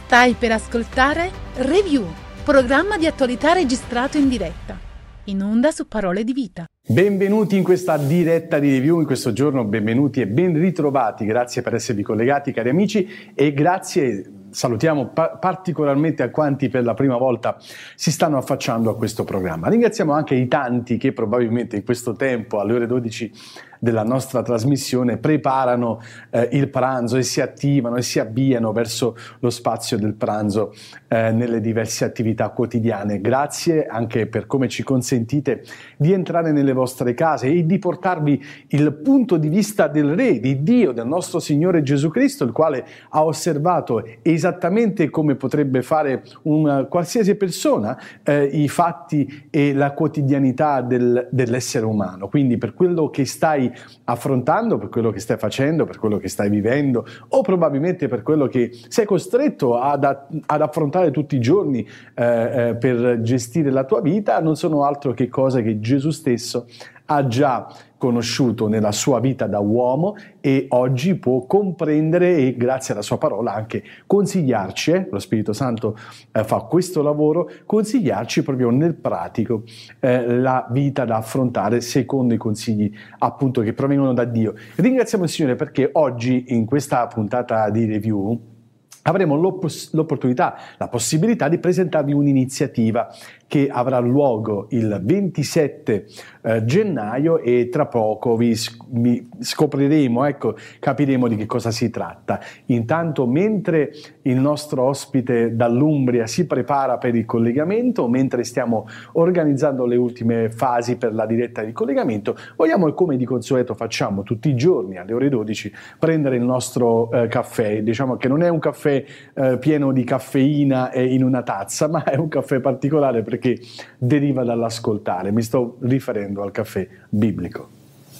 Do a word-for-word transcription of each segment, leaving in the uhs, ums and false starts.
Stai per ascoltare Review, programma di attualità registrato in diretta, in onda su Parole di Vita. Benvenuti in questa diretta di Review, in questo giorno benvenuti e ben ritrovati, grazie per esservi collegati cari amici e grazie, salutiamo pa- particolarmente a quanti per la prima volta si stanno affacciando a questo programma. Ringraziamo anche i tanti che probabilmente in questo tempo alle ore dodici della nostra trasmissione preparano eh, il pranzo e si attivano e si avviano verso lo spazio del pranzo eh, nelle diverse attività quotidiane. Grazie anche per come ci consentite di entrare nelle vostre case e di portarvi il punto di vista del Re, di Dio, del nostro Signore Gesù Cristo, il quale ha osservato esattamente come potrebbe fare una qualsiasi persona eh, i fatti e la quotidianità del, dell'essere umano. Quindi per quello che stai affrontando, per quello che stai facendo, per quello che stai vivendo o probabilmente per quello che sei costretto ad, ad affrontare tutti i giorni eh, eh, per gestire la tua vita, non sono altro che cose che Gesù stesso ha già conosciuto nella sua vita da uomo e oggi può comprendere e grazie alla sua parola anche consigliarci, eh, lo Spirito Santo eh, fa questo lavoro, consigliarci proprio nel pratico eh, la vita da affrontare secondo i consigli appunto che provengono da Dio. Ringraziamo il Signore perché oggi in questa puntata di Review avremo l'opp- l'opportunità, la possibilità di presentarvi un'iniziativa che avrà luogo il ventisette eh, gennaio e tra poco vi, vi scopriremo, ecco, capiremo di che cosa si tratta. Intanto, mentre il nostro ospite dall'Umbria si prepara per il collegamento, mentre stiamo organizzando le ultime fasi per la diretta di collegamento, vogliamo, come di consueto facciamo tutti i giorni alle ore dodici, prendere il nostro eh, caffè. Diciamo che non è un caffè eh, pieno di caffeina e in una tazza, ma è un caffè particolare perché che deriva dall'ascoltare. Mi sto riferendo al caffè biblico.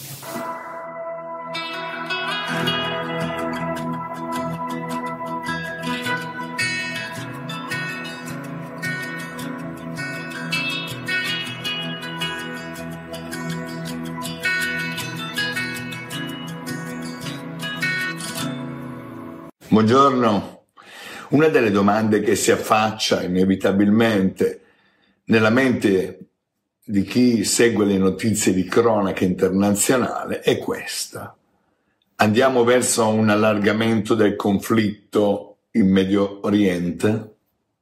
Buongiorno. Una delle domande che si affaccia inevitabilmente nella mente di chi segue le notizie di cronaca internazionale è questa. Andiamo verso un allargamento del conflitto in Medio Oriente?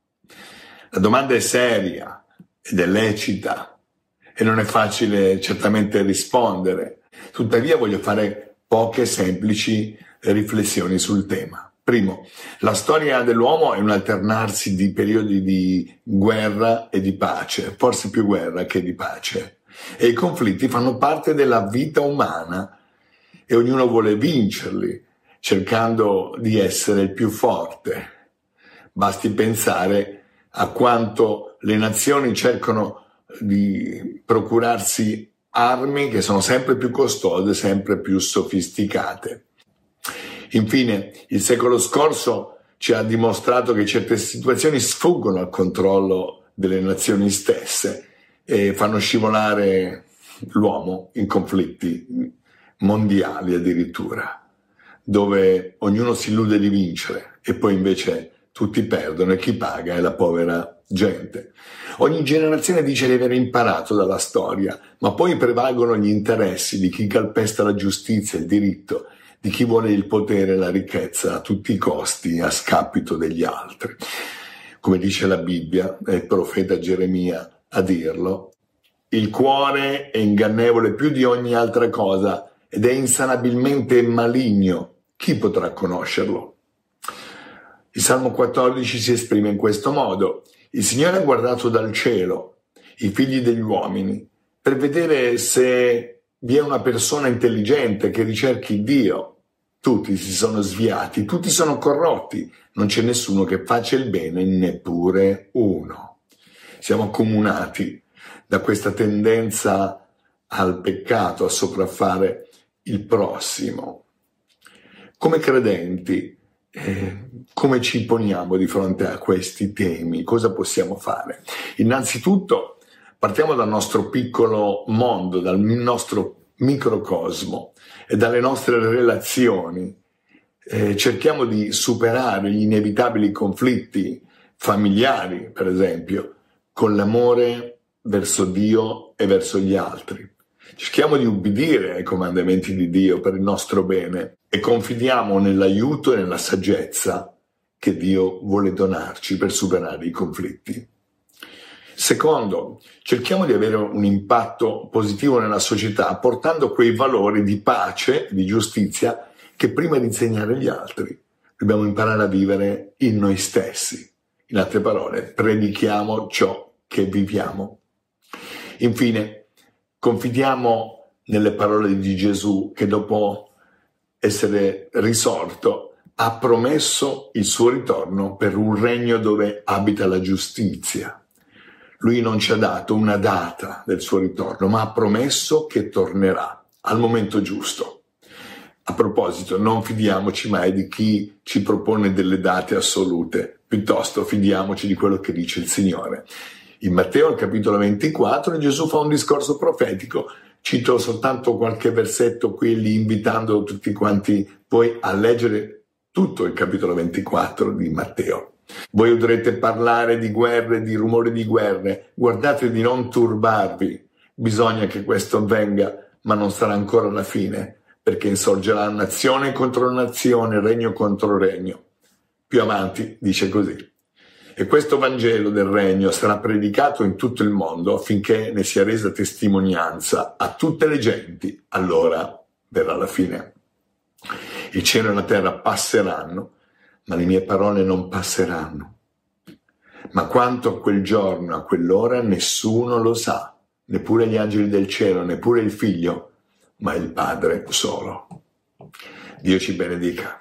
La domanda è seria ed è lecita e non è facile certamente rispondere. Tuttavia voglio fare poche semplici riflessioni sul tema. Primo, la storia dell'uomo è un alternarsi di periodi di guerra e di pace, forse più guerra che di pace. E i conflitti fanno parte della vita umana e ognuno vuole vincerli, cercando di essere il più forte. Basti pensare a quanto le nazioni cercano di procurarsi armi che sono sempre più costose, sempre più sofisticate. Infine, il secolo scorso ci ha dimostrato che certe situazioni sfuggono al controllo delle nazioni stesse e fanno scivolare l'uomo in conflitti mondiali addirittura, dove ognuno si illude di vincere e poi invece tutti perdono e chi paga è la povera gente. Ogni generazione dice di aver imparato dalla storia, ma poi prevalgono gli interessi di chi calpesta la giustizia e il diritto, di chi vuole il potere e la ricchezza a tutti i costi a scapito degli altri. Come dice la Bibbia, è il profeta Geremia a dirlo, il cuore è ingannevole più di ogni altra cosa ed è insanabilmente maligno. Chi potrà conoscerlo? Il Salmo quattordici si esprime in questo modo. Il Signore ha guardato dal cielo i figli degli uomini per vedere se vi è una persona intelligente che ricerchi Dio. Tutti si sono sviati, tutti sono corrotti, non c'è nessuno che faccia il bene, neppure uno. Siamo accomunati da questa tendenza al peccato, a sopraffare il prossimo. Come credenti, eh, come ci poniamo di fronte a questi temi? Cosa possiamo fare? Innanzitutto, partiamo dal nostro piccolo mondo, dal nostro microcosmo e dalle nostre relazioni Eh, cerchiamo di superare gli inevitabili conflitti familiari, per esempio, con l'amore verso Dio e verso gli altri. Cerchiamo di ubbidire ai comandamenti di Dio per il nostro bene e confidiamo nell'aiuto e nella saggezza che Dio vuole donarci per superare i conflitti. Secondo, cerchiamo di avere un impatto positivo nella società portando quei valori di pace, di giustizia, che prima di insegnare agli altri dobbiamo imparare a vivere in noi stessi. In altre parole, predichiamo ciò che viviamo. Infine, confidiamo nelle parole di Gesù che dopo essere risorto ha promesso il suo ritorno per un regno dove abita la giustizia. Lui non ci ha dato una data del suo ritorno, ma ha promesso che tornerà al momento giusto. A proposito, non fidiamoci mai di chi ci propone delle date assolute, piuttosto fidiamoci di quello che dice il Signore. In Matteo, al capitolo ventiquattro, Gesù fa un discorso profetico. Cito soltanto qualche versetto qui, lì, invitando tutti quanti voi a leggere tutto il capitolo ventiquattro di Matteo. Voi udrete parlare di guerre, di rumori di guerre. Guardate di non turbarvi. Bisogna che questo avvenga, ma non sarà ancora la fine, perché insorgerà nazione contro nazione, regno contro regno. Più avanti dice così: e questo Vangelo del regno sarà predicato in tutto il mondo affinché ne sia resa testimonianza a tutte le genti, allora verrà la fine. Il cielo e la terra passeranno, ma le mie parole non passeranno. Ma quanto a quel giorno, a quell'ora, nessuno lo sa, neppure gli angeli del cielo, neppure il Figlio, ma il Padre solo. Dio ci benedica.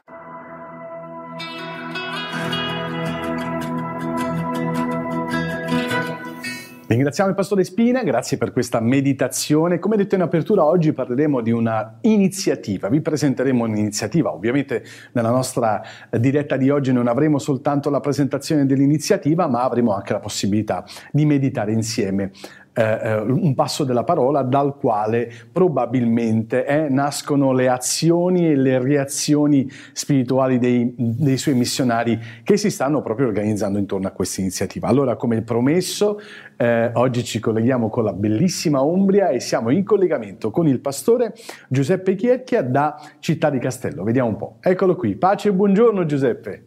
Ringraziamo il Pastore Spina, grazie per questa meditazione. Come detto in apertura, oggi parleremo di una iniziativa. Vi presenteremo un'iniziativa. Ovviamente nella nostra diretta di oggi non avremo soltanto la presentazione dell'iniziativa, ma avremo anche la possibilità di meditare insieme eh, un passo della parola dal quale probabilmente eh, nascono le azioni e le reazioni spirituali dei, dei suoi missionari che si stanno proprio organizzando intorno a questa iniziativa. Allora, come promesso, eh, oggi ci colleghiamo con la bellissima Umbria e siamo in collegamento con il pastore Giuseppe Chiecchia da Città di Castello. Vediamo un po'. Eccolo qui. Pace e buongiorno Giuseppe.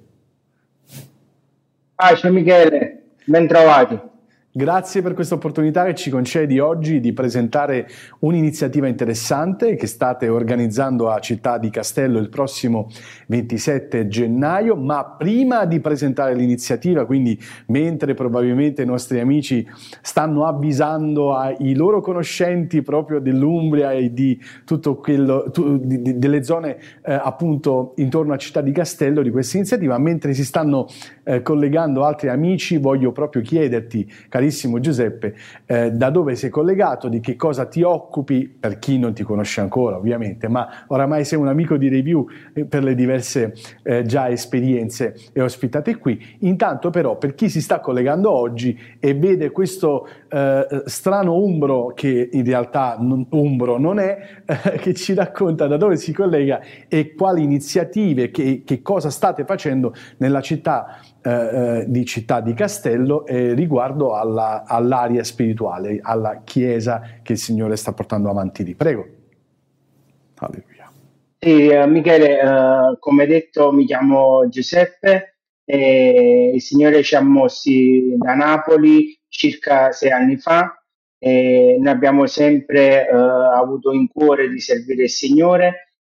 Pace Michele, ben trovati. Grazie per questa opportunità che ci concedi oggi di presentare un'iniziativa interessante che state organizzando a Città di Castello il prossimo ventisette gennaio, ma prima di presentare l'iniziativa, quindi mentre probabilmente i nostri amici stanno avvisando ai loro conoscenti proprio dell'Umbria e di tutto quello, tu, di, di, delle zone eh, appunto intorno a Città di Castello di questa iniziativa, mentre si stanno eh, collegando altri amici, voglio proprio chiederti, carissimo Giuseppe, eh, da dove sei collegato, di che cosa ti occupi, per chi non ti conosce ancora ovviamente, ma oramai sei un amico di Review eh, per le diverse eh, già esperienze e ospitate qui. Intanto però per chi si sta collegando oggi e vede questo eh, strano umbro, che in realtà non, umbro non è, eh, che ci racconta da dove si collega e quali iniziative, che, che cosa state facendo nella città Eh, di Città di Castello eh, riguardo alla, all'area spirituale, alla chiesa che il Signore sta portando avanti lì. Prego. Alleluia. Sì, eh, Michele, eh, come detto mi chiamo Giuseppe e il Signore ci ha mossi da Napoli circa sei anni fa e noi abbiamo sempre eh, avuto in cuore di servire il Signore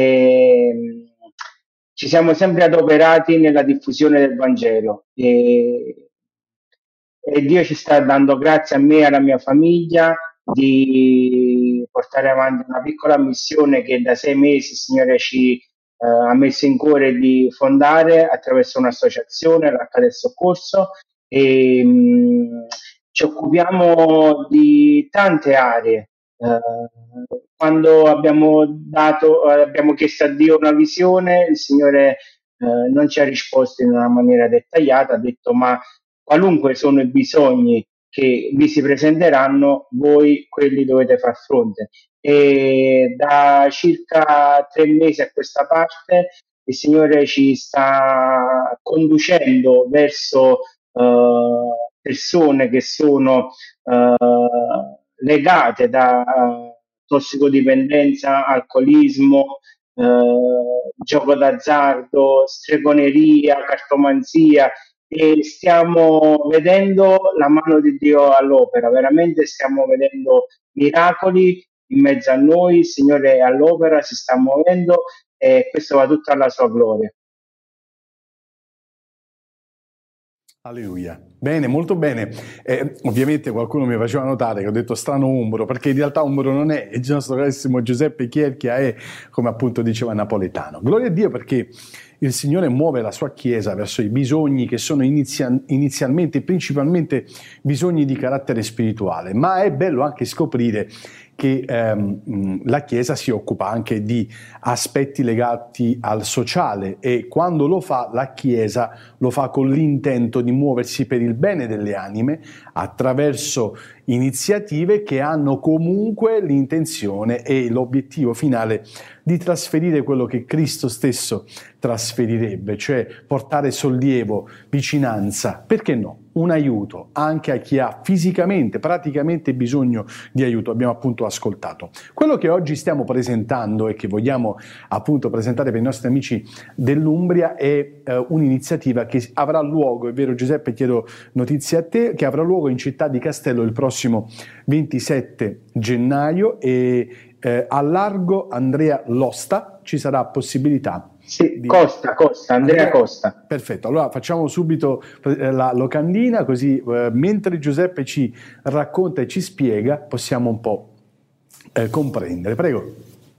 e ci siamo sempre adoperati nella diffusione del Vangelo e, e Dio ci sta dando grazie a me e alla mia famiglia di portare avanti una piccola missione che da sei mesi il Signore ci eh, ha messo in cuore di fondare attraverso un'associazione, l'Arca del Soccorso, e mh, ci occupiamo di tante aree. Uh, quando abbiamo dato, uh, abbiamo chiesto a Dio una visione, il Signore uh, non ci ha risposto in una maniera dettagliata, ha detto: ma qualunque sono i bisogni che vi si presenteranno, voi quelli dovete far fronte. E da circa tre mesi a questa parte il Signore ci sta conducendo verso uh, persone che sono uh, legate da uh, tossicodipendenza, alcolismo, uh, gioco d'azzardo, stregoneria, cartomanzia, e stiamo vedendo la mano di Dio all'opera, veramente stiamo vedendo miracoli in mezzo a noi, il Signore è all'opera, si sta muovendo e questo va tutto alla sua gloria. Alleluia. Bene, molto bene. Eh, ovviamente qualcuno mi faceva notare che ho detto strano Umbro, perché in realtà Umbro non è, il nostro carissimo Giuseppe Chierchia è, come appunto diceva, napoletano. Gloria a Dio perché il Signore muove la sua Chiesa verso i bisogni che sono inizia- inizialmente e principalmente bisogni di carattere spirituale, ma è bello anche scoprire che ehm, la Chiesa si occupa anche di aspetti legati al sociale e quando lo fa la Chiesa lo fa con l'intento di muoversi per il bene delle anime attraverso iniziative che hanno comunque l'intenzione e l'obiettivo finale di trasferire quello che Cristo stesso trasferirebbe, cioè portare sollievo, vicinanza, perché no? Un aiuto anche a chi ha fisicamente, praticamente bisogno di aiuto. Abbiamo appunto ascoltato. Quello che oggi stiamo presentando e che vogliamo appunto presentare per i nostri amici dell'Umbria è eh, un'iniziativa che avrà luogo, è vero Giuseppe, chiedo notizie a te, che avrà luogo in città di Castello il prossimo ventisette gennaio e eh, a Largo Andrea Losta ci sarà possibilità. Sì, di... Costa, Costa, Andrea, Andrea Costa. Perfetto, allora facciamo subito la locandina così eh, mentre Giuseppe ci racconta e ci spiega possiamo un po' eh, comprendere. Prego.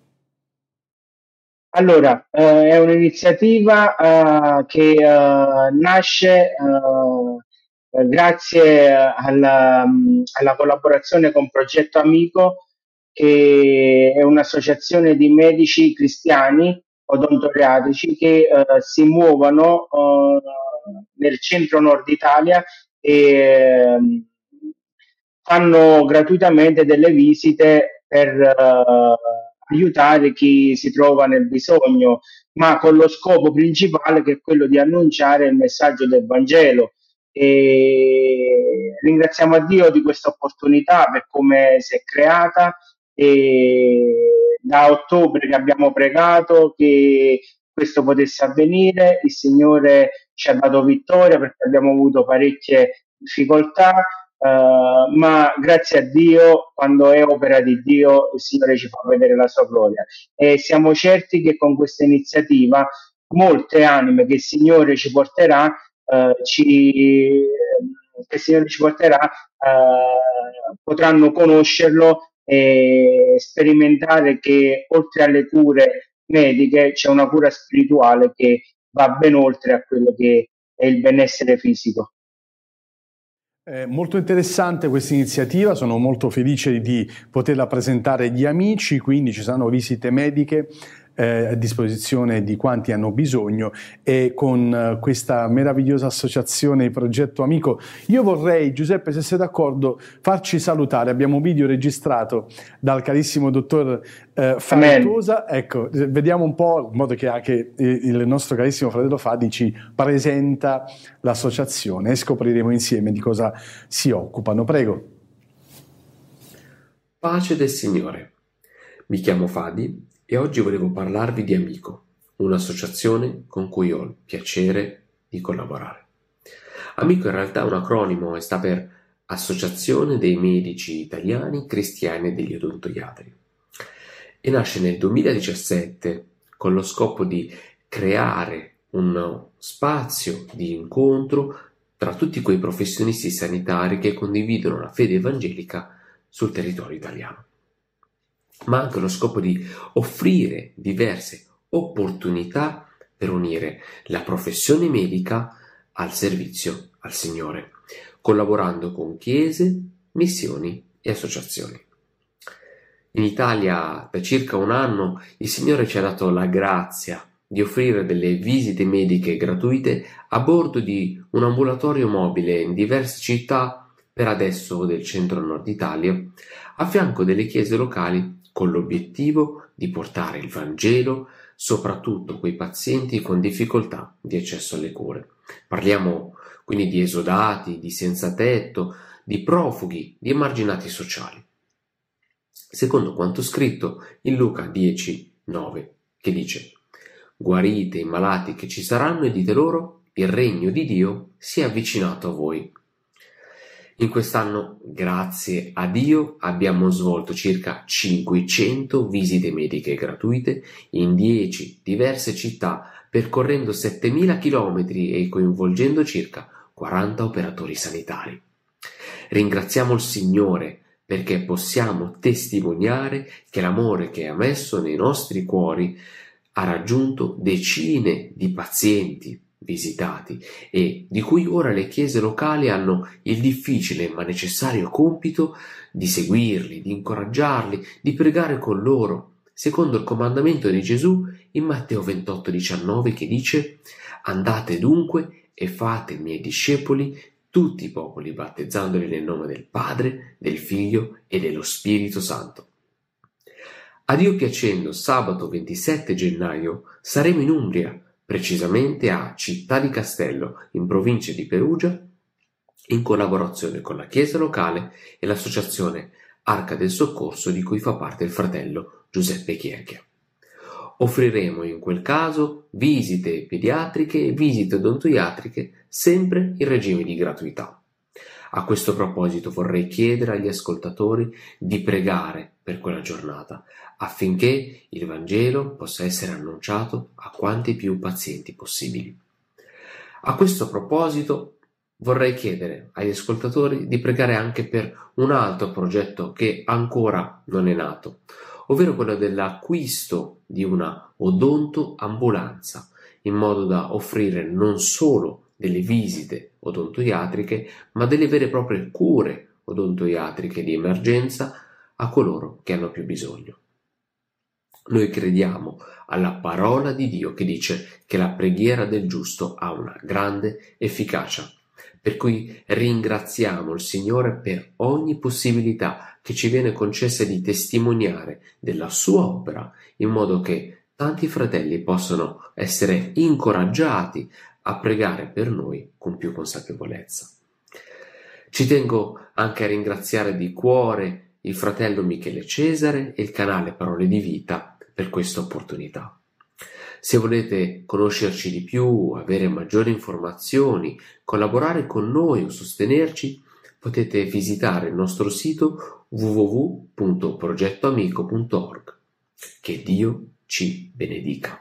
Allora, eh, è un'iniziativa eh, che eh, nasce eh, grazie alla, alla collaborazione con Progetto Amico, che è un'associazione di medici cristiani odontoriatici che eh, si muovono eh, nel centro nord Italia e eh, fanno gratuitamente delle visite per eh, aiutare chi si trova nel bisogno, ma con lo scopo principale che è quello di annunciare il messaggio del Vangelo. E ringraziamo a Dio di questa opportunità per come si è creata e da ottobre che abbiamo pregato che questo potesse avvenire, il Signore ci ha dato vittoria perché abbiamo avuto parecchie difficoltà, uh, ma grazie a Dio, quando è opera di Dio, il Signore ci fa vedere la sua gloria e siamo certi che con questa iniziativa molte anime che il Signore ci porterà, uh, ci, che il Signore ci porterà uh, potranno conoscerlo e sperimentare che oltre alle cure mediche c'è una cura spirituale che va ben oltre a quello che è il benessere fisico. Eh, molto interessante questa iniziativa, sono molto felice di poterla presentare agli amici, quindi ci saranno visite mediche eh, a disposizione di quanti hanno bisogno e con eh, questa meravigliosa associazione Progetto Amico io vorrei, Giuseppe, se sei d'accordo, farci salutare. Abbiamo un video registrato dal carissimo dottor eh, Faitosa, ecco, vediamo un po' in modo che anche il nostro carissimo fratello Fadi ci presenta l'associazione e scopriremo insieme di cosa si occupano. Prego. Pace del Signore, mi chiamo Fadi e oggi volevo parlarvi di Amico, un'associazione con cui ho il piacere di collaborare. Amico in realtà è un acronimo e sta per Associazione dei Medici Italiani Cristiani e degli Odontoiatri e nasce nel duemiladiciassette con lo scopo di creare uno spazio di incontro tra tutti quei professionisti sanitari che condividono la fede evangelica sul territorio italiano, ma anche lo scopo di offrire diverse opportunità per unire la professione medica al servizio al Signore, collaborando con chiese, missioni e associazioni. In Italia da circa un anno il Signore ci ha dato la grazia di offrire delle visite mediche gratuite a bordo di un ambulatorio mobile in diverse città, per adesso del centro-nord Italia, a fianco delle chiese locali con l'obiettivo di portare il Vangelo soprattutto quei pazienti con difficoltà di accesso alle cure. Parliamo quindi di esodati, di senza tetto, di profughi, di emarginati sociali. Secondo quanto scritto in Luca dieci nove, che dice: guarite i malati che ci saranno e dite loro, il regno di Dio si è avvicinato a voi. In quest'anno, grazie a Dio, abbiamo svolto circa cinquecento visite mediche gratuite in dieci diverse città, percorrendo settemila chilometri e coinvolgendo circa quaranta operatori sanitari. Ringraziamo il Signore perché possiamo testimoniare che l'amore che ha messo nei nostri cuori ha raggiunto decine di pazienti visitati e di cui ora le chiese locali hanno il difficile ma necessario compito di seguirli, di incoraggiarli, di pregare con loro, secondo il comandamento di Gesù in Matteo ventotto diciannove, che dice: andate dunque e fate miei discepoli tutti i popoli, battezzandoli nel nome del Padre, del Figlio e dello Spirito Santo. A Dio piacendo, sabato ventisette gennaio saremo in Umbria, precisamente a Città di Castello, in provincia di Perugia, in collaborazione con la chiesa locale e l'associazione Arca del Soccorso, di cui fa parte il fratello Giuseppe Chierchia. Offriremo in quel caso visite pediatriche e visite odontoiatriche, sempre in regime di gratuità. A questo proposito vorrei chiedere agli ascoltatori di pregare per quella giornata, affinché il Vangelo possa essere annunciato a quanti più pazienti possibili. A questo proposito vorrei chiedere agli ascoltatori di pregare anche per un altro progetto che ancora non è nato, ovvero quello dell'acquisto di una odontoambulanza, in modo da offrire non solo delle visite odontoiatriche, ma delle vere e proprie cure odontoiatriche di emergenza a coloro che hanno più bisogno. Noi crediamo alla parola di Dio che dice che la preghiera del giusto ha una grande efficacia, per cui ringraziamo il Signore per ogni possibilità che ci viene concessa di testimoniare della sua opera, in modo che tanti fratelli possano essere incoraggiati a pregare per noi con più consapevolezza. Ci tengo anche a ringraziare di cuore il fratello Michele Cesare e il canale Parole di Vita per questa opportunità. Se volete conoscerci di più, avere maggiori informazioni, collaborare con noi o sostenerci, potete visitare il nostro sito w w w punto progetto amico punto org. Che Dio ci benedica.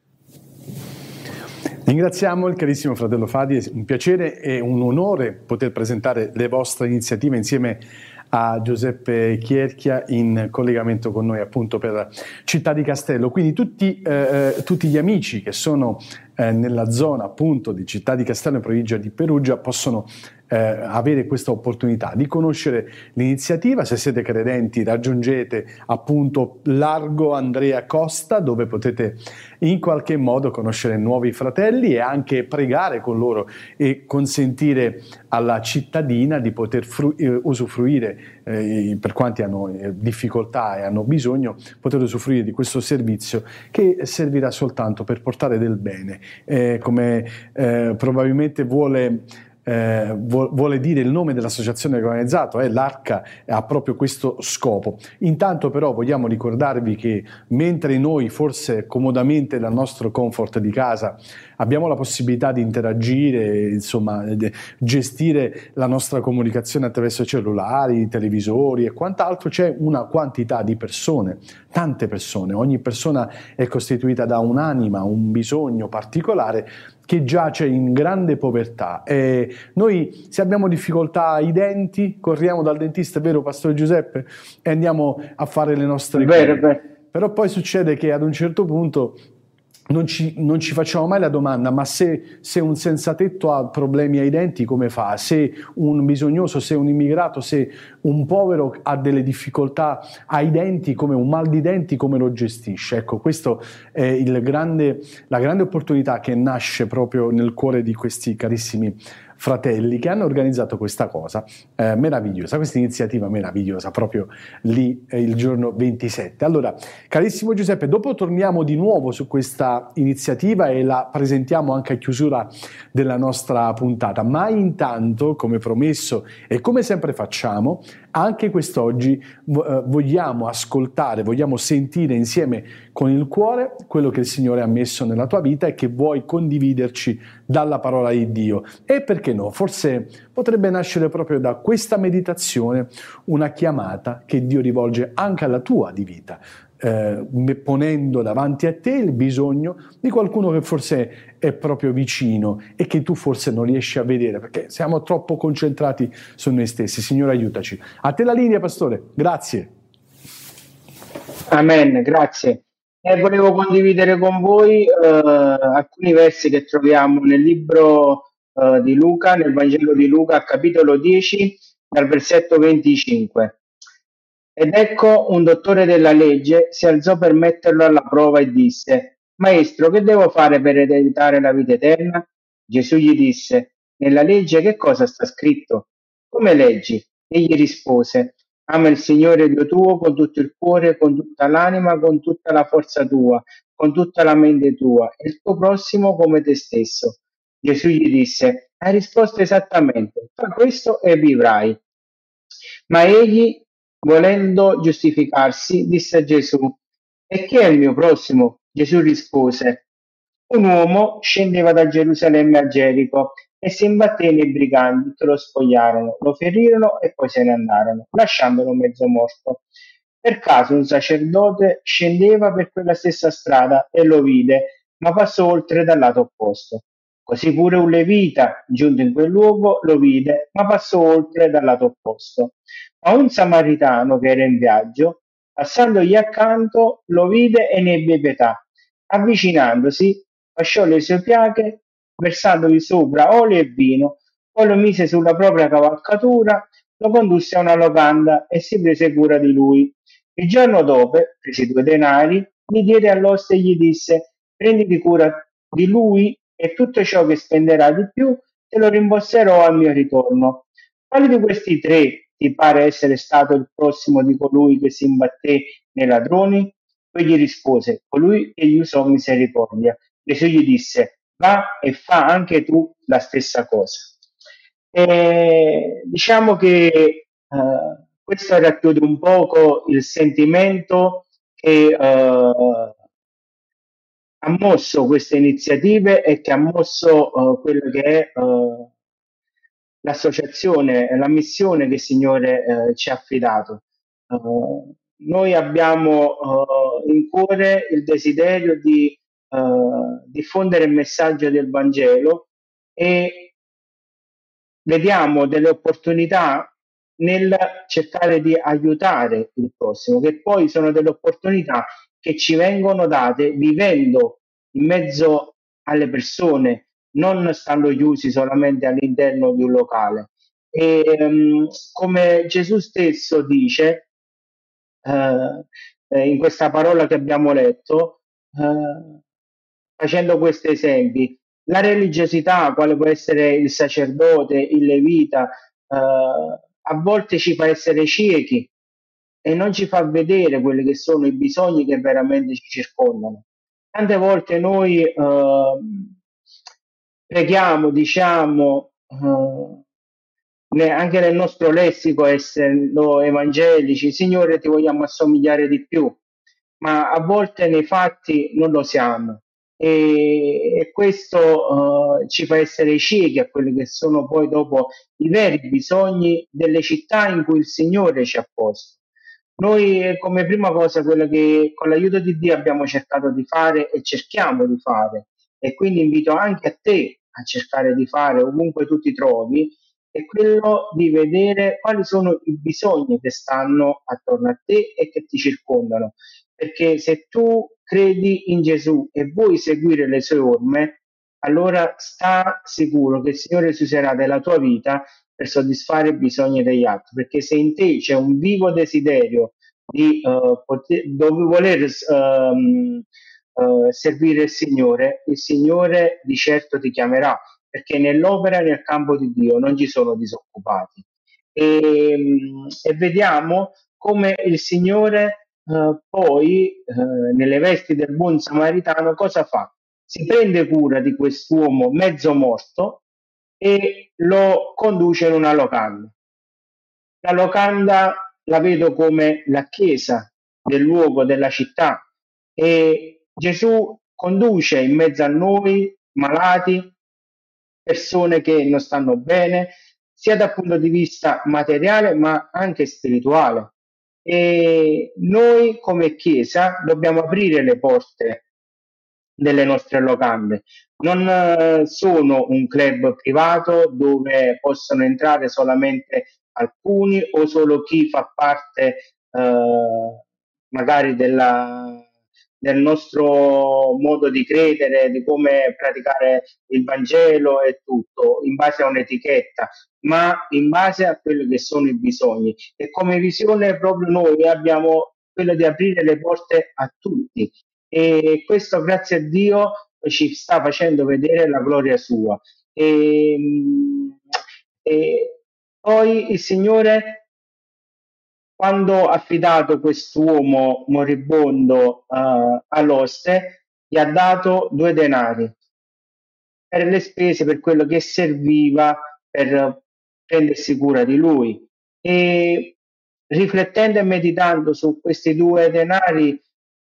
Ringraziamo il carissimo fratello Fadi, è un piacere e un onore poter presentare le vostre iniziative insieme a Giuseppe Chierchia in collegamento con noi appunto per Città di Castello. Quindi tutti, eh, tutti gli amici che sono eh, nella zona appunto di Città di Castello in provincia di Perugia possono eh, avere questa opportunità di conoscere l'iniziativa. Se siete credenti raggiungete appunto Largo Andrea Costa, dove potete in qualche modo conoscere nuovi fratelli e anche pregare con loro e consentire alla cittadina di poter fru- eh, usufruire, eh, per quanti hanno eh, difficoltà e hanno bisogno, poter usufruire di questo servizio che servirà soltanto per portare del bene, eh, come eh, probabilmente vuole Eh, vuole dire il nome dell'associazione che ha organizzato, eh, l'Arca ha proprio questo scopo. Intanto però vogliamo ricordarvi che mentre noi forse comodamente dal nostro comfort di casa abbiamo la possibilità di interagire, insomma gestire la nostra comunicazione attraverso cellulari, televisori e quant'altro, c'è una quantità di persone, tante persone, ogni persona è costituita da un'anima, un bisogno particolare che giace in grande povertà. E noi, se abbiamo difficoltà ai denti, corriamo dal dentista, è vero Pastore Giuseppe, e andiamo a fare le nostre cure. Però poi succede che ad un certo punto non ci, non ci facciamo mai la domanda: ma se, se un senza tetto ha problemi ai denti, come fa? Se un bisognoso, se un immigrato, se un povero ha delle difficoltà ai denti, come un mal di denti, come lo gestisce? Ecco, questa è il grande, la grande opportunità che nasce proprio nel cuore di questi carissimi fratelli che hanno organizzato questa cosa eh, meravigliosa, questa iniziativa meravigliosa proprio lì eh, il giorno ventisette. Allora, carissimo Giuseppe, dopo torniamo di nuovo su questa iniziativa e la presentiamo anche a chiusura della nostra puntata, ma intanto, come promesso e come sempre facciamo, anche quest'oggi eh, vogliamo ascoltare, vogliamo sentire insieme con il cuore quello che il Signore ha messo nella tua vita e che vuoi condividerci dalla parola di Dio. E perché no, forse potrebbe nascere proprio da questa meditazione una chiamata che Dio rivolge anche alla tua di vita, eh, ponendo davanti a te il bisogno di qualcuno che forse è proprio vicino e che tu forse non riesci a vedere perché siamo troppo concentrati su noi stessi. Signore, aiutaci. A te la linea, Pastore. Grazie. Amen, grazie. E volevo condividere con voi eh, alcuni versi che troviamo nel libro eh, di Luca, nel Vangelo di Luca, capitolo dieci, dal versetto venticinque. Ed ecco, un dottore della legge si alzò per metterlo alla prova e disse: Maestro, che devo fare per ereditare la vita eterna? Gesù gli disse: Nella legge che cosa sta scritto? Come leggi? Egli rispose: Ama il Signore Dio tuo con tutto il cuore, con tutta l'anima, con tutta la forza tua, con tutta la mente tua, e il tuo prossimo come te stesso. Gesù gli disse: Hai risposto esattamente, fa questo e vivrai. Ma egli, volendo giustificarsi, disse a Gesù: E chi è il mio prossimo? Gesù rispose: Un uomo scendeva da Gerusalemme a Gerico e si imbatté nei briganti che lo spogliarono, lo ferirono e poi se ne andarono, lasciandolo mezzo morto. Per caso un sacerdote scendeva per quella stessa strada e lo vide, ma passò oltre dal lato opposto. Così pure un levita, giunto in quel luogo, lo vide, ma passò oltre dal lato opposto. Ma un samaritano che era in viaggio, passandogli accanto, lo vide e ne ebbe pietà. Avvicinandosi, fasciò le sue piaghe, versandogli sopra olio e vino, poi lo mise sulla propria cavalcatura, lo condusse a una locanda e si prese cura di lui. Il giorno dopo, presi due denari, gli diede all'oste e gli disse: Prenditi cura di lui e tutto ciò che spenderà di più te lo rimborserò al mio ritorno. Quale di questi tre ti pare essere stato il prossimo di colui che si imbatté nei ladroni? Poi gli rispose: Colui che gli usò misericordia. Gesù gli disse: Va e fa anche tu la stessa cosa. E diciamo che eh, questo racchiude un poco il sentimento che eh, ha mosso queste iniziative e che ha mosso uh, quello che è uh, l'associazione, la missione che il Signore uh, ci ha affidato. Uh, noi abbiamo uh, in cuore il desiderio di uh, diffondere il messaggio del Vangelo e vediamo delle opportunità nel cercare di aiutare il prossimo, che poi sono delle opportunità che ci vengono date vivendo in mezzo alle persone, non stando chiusi solamente all'interno di un locale. E um, come Gesù stesso dice uh, in questa parola che abbiamo letto, uh, facendo questi esempi, la religiosità, quale può essere il sacerdote, il levita, uh, a volte ci fa essere ciechi e non ci fa vedere quelli che sono i bisogni che veramente ci circondano. Tante volte noi uh, preghiamo, diciamo, uh, anche nel nostro lessico, essendo evangelici, Signore, ti vogliamo assomigliare di più, ma a volte nei fatti non lo siamo. E, e questo uh, ci fa essere ciechi a quelli che sono poi dopo i veri bisogni delle città in cui il Signore ci ha posto. Noi come prima cosa, quello che con l'aiuto di Dio abbiamo cercato di fare e cerchiamo di fare, e quindi invito anche a te a cercare di fare ovunque tu ti trovi, è quello di vedere quali sono i bisogni che stanno attorno a te e che ti circondano. Perché se tu credi in Gesù e vuoi seguire le sue orme, allora sta sicuro che il Signore si userà della tua vita per soddisfare i bisogni degli altri, perché se in te c'è un vivo desiderio di uh, poter, dove voler um, uh, servire il Signore, il Signore di certo ti chiamerà, perché nell'opera e nel campo di Dio non ci sono disoccupati. E, e vediamo come il Signore eh, poi, eh, nelle vesti del buon samaritano, cosa fa? Si prende cura di quest'uomo mezzo morto e lo conduce in una locanda. La locanda la vedo come la chiesa del luogo, della città, e Gesù conduce in mezzo a noi malati, persone che non stanno bene, sia dal punto di vista materiale ma anche spirituale. E noi come Chiesa dobbiamo aprire le porte delle nostre locande. Non eh, sono un club privato dove possono entrare solamente alcuni o solo chi fa parte eh, magari della, del nostro modo di credere, di come praticare il Vangelo e tutto, in base a un'etichetta, ma in base a quelli che sono i bisogni. E come visione proprio noi abbiamo quello di aprire le porte a tutti, e questo grazie a Dio ci sta facendo vedere la gloria sua. E, e poi il Signore, quando ha affidato quest'uomo moribondo uh, all'oste, gli ha dato due denari per le spese, per quello che serviva per prendersi cura di lui. E riflettendo e meditando su questi due denari,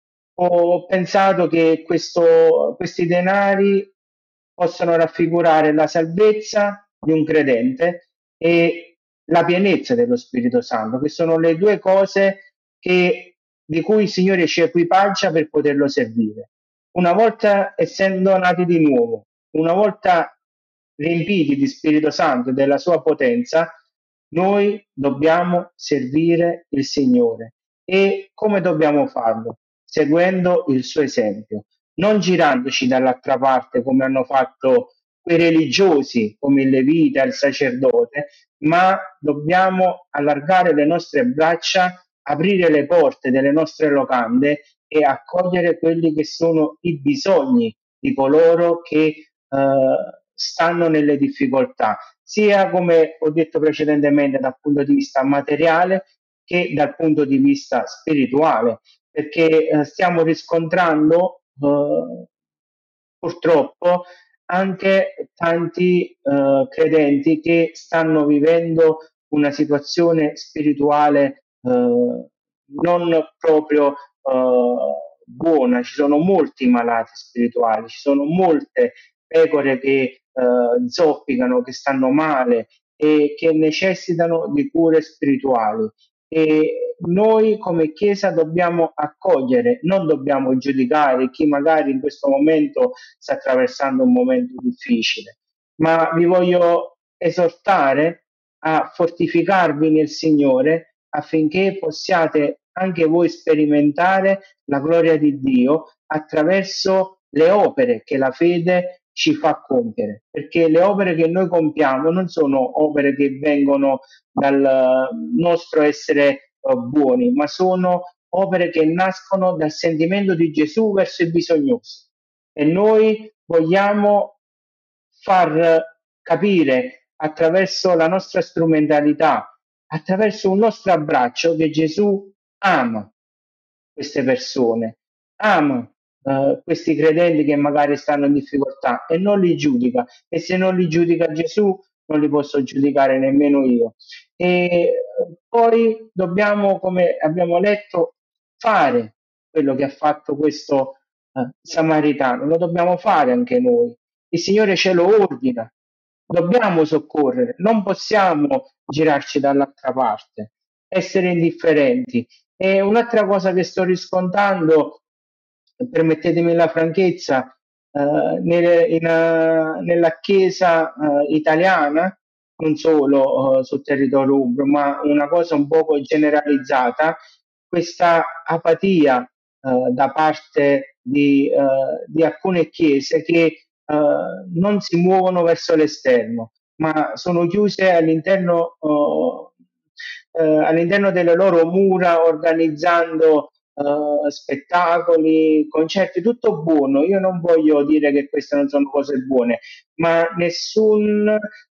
ho pensato che questo, questi denari possono raffigurare la salvezza di un credente e la pienezza dello Spirito Santo, che sono le due cose che, di cui il Signore ci equipaggia per poterlo servire. Una volta essendo nati di nuovo, una volta riempiti di Spirito Santo e della sua potenza, noi dobbiamo servire il Signore. E come dobbiamo farlo? Seguendo il suo esempio, non girandoci dall'altra parte come hanno fatto quei religiosi come il Levita, il sacerdote, ma dobbiamo allargare le nostre braccia, aprire le porte delle nostre locande e accogliere quelli che sono i bisogni di coloro che eh, stanno nelle difficoltà, sia come ho detto precedentemente dal punto di vista materiale che dal punto di vista spirituale, perché eh, stiamo riscontrando eh, purtroppo anche tanti eh, credenti che stanno vivendo una situazione spirituale eh, non proprio eh, buona. Ci sono molti malati spirituali, ci sono molte pecore che eh, zoppicano, che stanno male e che necessitano di cure spirituali. E noi come Chiesa dobbiamo accogliere, non dobbiamo giudicare chi magari in questo momento sta attraversando un momento difficile, ma vi voglio esortare a fortificarvi nel Signore affinché possiate anche voi sperimentare la gloria di Dio attraverso le opere che la fede ci fa compiere, perché le opere che noi compiamo non sono opere che vengono dal nostro essere uh, buoni, ma sono opere che nascono dal sentimento di Gesù verso i bisognosi, e noi vogliamo far capire attraverso la nostra strumentalità, attraverso un nostro abbraccio, che Gesù ama queste persone, ama Uh, questi credenti che magari stanno in difficoltà e non li giudica, e se non li giudica Gesù non li posso giudicare nemmeno io. E poi dobbiamo, come abbiamo letto, fare quello che ha fatto questo uh, samaritano, lo dobbiamo fare anche noi. Il Signore ce lo ordina, dobbiamo soccorrere, non possiamo girarci dall'altra parte, essere indifferenti. E un'altra cosa che sto riscontrando, permettetemi la franchezza, eh, nelle, in, uh, nella Chiesa uh, italiana, non solo uh, sul territorio umbro, ma una cosa un poco generalizzata, questa apatia uh, da parte di, uh, di alcune chiese che uh, non si muovono verso l'esterno, ma sono chiuse all'interno, uh, uh, all'interno delle loro mura, organizzando uh, spettacoli, concerti, tutto buono. Io non voglio dire che queste non sono cose buone, ma nessun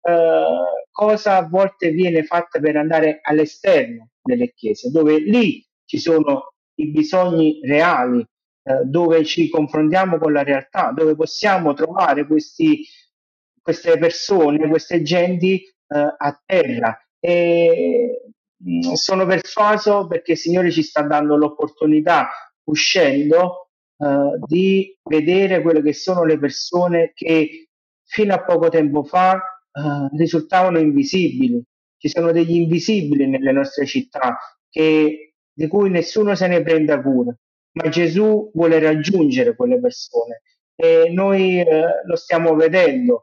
uh, cosa a volte viene fatta per andare all'esterno delle chiese, dove lì ci sono i bisogni reali, uh, dove ci confrontiamo con la realtà, dove possiamo trovare questi, queste persone, queste genti uh, a terra. E mh, sono persuaso, perché il Signore ci sta dando l'opportunità, uscendo, uh, di vedere quelle che sono le persone che fino a poco tempo fa uh, risultavano invisibili. Ci sono degli invisibili nelle nostre città che, di cui nessuno se ne prenda cura, ma Gesù vuole raggiungere quelle persone e noi uh, lo stiamo vedendo.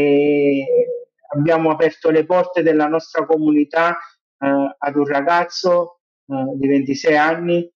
E abbiamo aperto le porte della nostra comunità eh, ad un ragazzo eh, di ventisei anni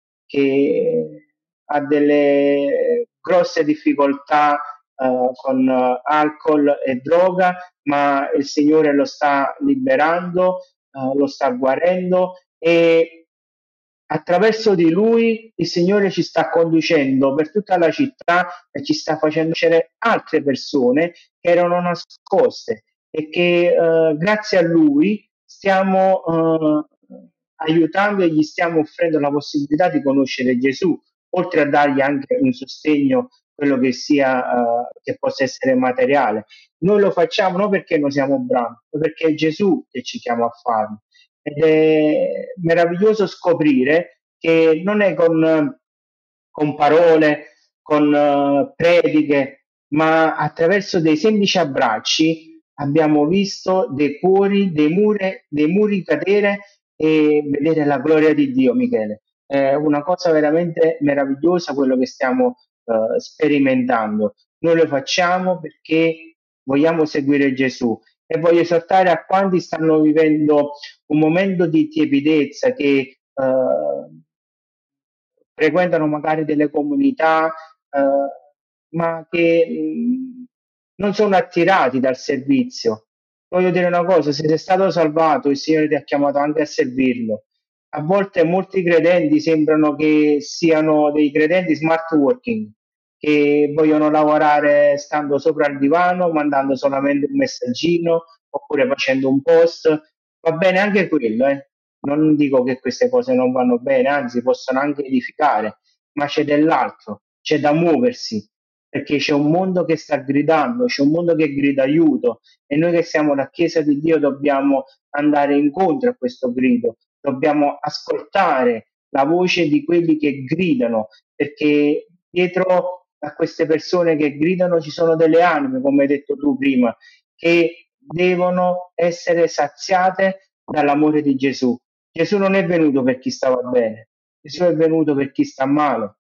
che ha delle grosse difficoltà eh, con eh, alcol e droga, ma il Signore lo sta liberando, eh, lo sta guarendo e attraverso di lui il Signore ci sta conducendo per tutta la città e ci sta facendo conoscere altre persone che erano nascoste e che eh, grazie a lui stiamo eh, aiutando e gli stiamo offrendo la possibilità di conoscere Gesù, oltre a dargli anche un sostegno, quello che sia, eh, che possa essere materiale. Noi lo facciamo non perché noi siamo bravi, ma perché è Gesù che ci chiama a farlo. Ed è meraviglioso scoprire che non è con, con parole, con uh, prediche, ma attraverso dei semplici abbracci abbiamo visto dei cuori, dei muri, dei muri cadere e vedere la gloria di Dio, Michele. È una cosa veramente meravigliosa quello che stiamo uh, sperimentando. Noi lo facciamo perché vogliamo seguire Gesù e voglio esortare a quanti stanno vivendo un momento di tiepidezza, che uh, frequentano magari delle comunità, uh, ma che mh, non sono attirati dal servizio. Voglio dire una cosa: se sei stato salvato, il Signore ti ha chiamato anche a servirlo. A volte molti credenti sembrano che siano dei credenti smart working, che vogliono lavorare stando sopra il divano, mandando solamente un messaggino oppure facendo un post. Va bene anche quello, eh. Non dico che queste cose non vanno bene, anzi possono anche edificare, ma c'è dell'altro, c'è da muoversi, perché c'è un mondo che sta gridando, c'è un mondo che grida aiuto e noi che siamo la Chiesa di Dio dobbiamo andare incontro a questo grido, dobbiamo ascoltare la voce di quelli che gridano, perché dietro a queste persone che gridano ci sono delle anime, come hai detto tu prima, che devono essere saziate dall'amore di Gesù. Gesù non è venuto per chi stava bene, Gesù è venuto per chi sta male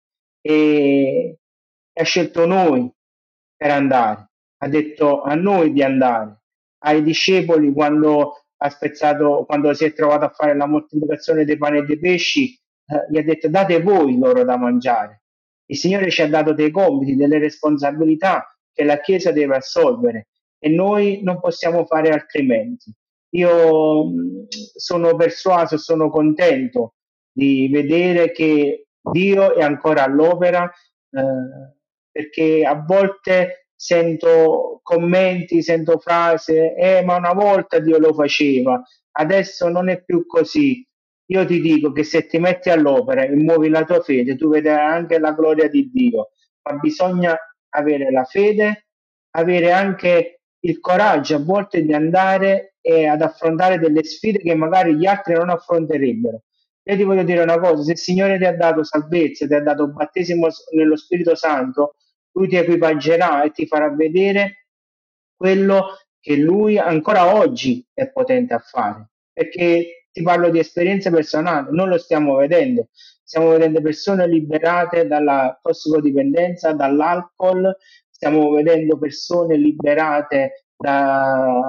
e ha scelto noi per andare, ha detto a noi di andare, ai discepoli quando ha spezzato, quando si è trovato a fare la moltiplicazione dei pani e dei pesci, eh, gli ha detto date voi loro da mangiare. Il Signore ci ha dato dei compiti, delle responsabilità che la Chiesa deve assolvere e noi non possiamo fare altrimenti. Io mh, sono persuaso, sono contento di vedere che Dio è ancora all'opera, eh, perché a volte sento commenti, sento frasi, eh, ma una volta Dio lo faceva, adesso non è più così. Io ti dico che se ti metti all'opera e muovi la tua fede, tu vedrai anche la gloria di Dio, ma bisogna avere la fede, avere anche il coraggio a volte di andare e ad affrontare delle sfide che magari gli altri non affronterebbero. Io ti voglio dire una cosa: se il Signore ti ha dato salvezza, ti ha dato battesimo nello Spirito Santo, Lui ti equipaggerà e ti farà vedere quello che Lui ancora oggi è potente a fare. Perché ti parlo di esperienza personale, non lo stiamo vedendo. Stiamo vedendo persone liberate dalla tossicodipendenza, dall'alcol, stiamo vedendo persone liberate da,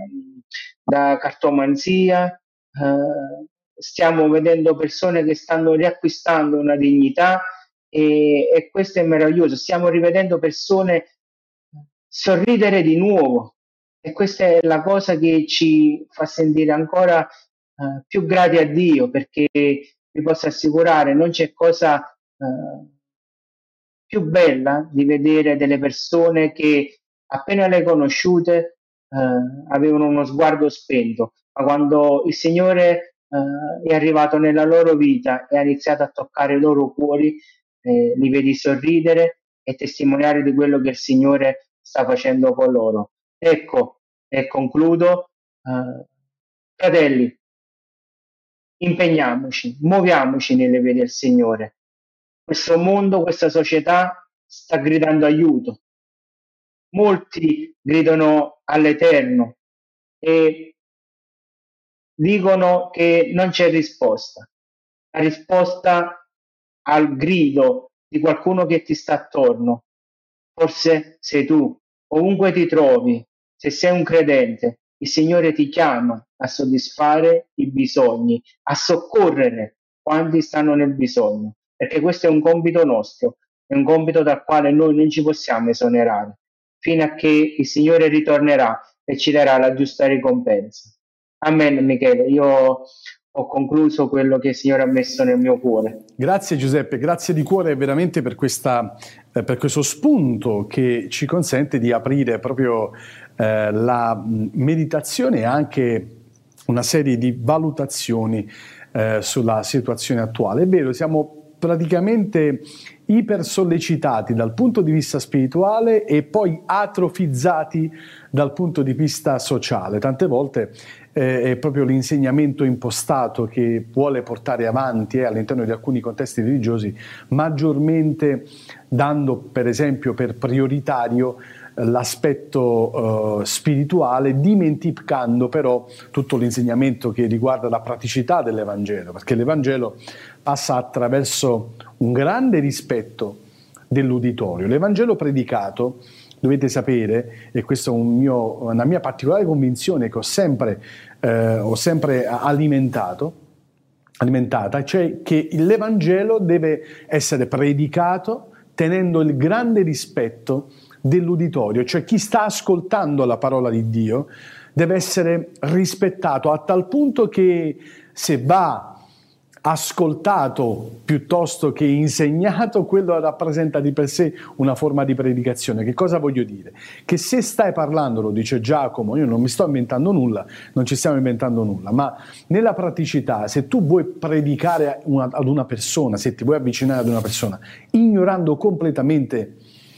da cartomanzia, eh, stiamo vedendo persone che stanno riacquistando una dignità e, e questo è meraviglioso. Stiamo rivedendo persone sorridere di nuovo e questa è la cosa che ci fa sentire ancora eh, più grati a Dio, perché vi posso assicurare non c'è cosa eh, più bella di vedere delle persone che appena le conosciute eh, avevano uno sguardo spento, ma quando il Signore eh, è arrivato nella loro vita e ha iniziato a toccare i loro cuori, eh, li vedi sorridere e testimoniare di quello che il Signore sta facendo con loro. Ecco, e concludo, eh, fratelli, impegniamoci, muoviamoci nelle vie del Signore. Questo mondo, questa società sta gridando aiuto. Molti gridano all'Eterno e dicono che non c'è risposta. La risposta al grido di qualcuno che ti sta attorno, forse sei tu, ovunque ti trovi, se sei un credente, il Signore ti chiama a soddisfare i bisogni, a soccorrere quanti stanno nel bisogno, perché questo è un compito nostro, è un compito dal quale noi non ci possiamo esonerare, fino a che il Signore ritornerà e ci darà la giusta ricompensa. Amen, Michele. Io ho concluso quello che il Signore ha messo nel mio cuore. Grazie Giuseppe, grazie di cuore veramente per, questa, eh, per questo spunto che ci consente di aprire proprio eh, la meditazione e anche una serie di valutazioni eh, sulla situazione attuale. È vero, siamo praticamente iper sollecitati dal punto di vista spirituale e poi atrofizzati dal punto di vista sociale. Tante volte eh, è proprio l'insegnamento impostato che vuole portare avanti eh, all'interno di alcuni contesti religiosi, maggiormente dando per esempio per prioritario l'aspetto uh, spirituale, dimenticando però tutto l'insegnamento che riguarda la praticità dell'Evangelo, perché l'Evangelo passa attraverso un grande rispetto dell'uditorio. L'Evangelo predicato, dovete sapere, e questa è un mio, una mia particolare convinzione che ho sempre, eh, ho sempre alimentato, alimentata, cioè che l'Evangelo deve essere predicato tenendo il grande rispetto dell'uditorio, cioè chi sta ascoltando la parola di Dio deve essere rispettato a tal punto che se va ascoltato piuttosto che insegnato, quello rappresenta di per sé una forma di predicazione. Che cosa voglio dire? Che se stai parlando, lo dice Giacomo, io non mi sto inventando nulla, non ci stiamo inventando nulla, ma nella praticità, se tu vuoi predicare una, ad una persona, se ti vuoi avvicinare ad una persona, ignorando completamente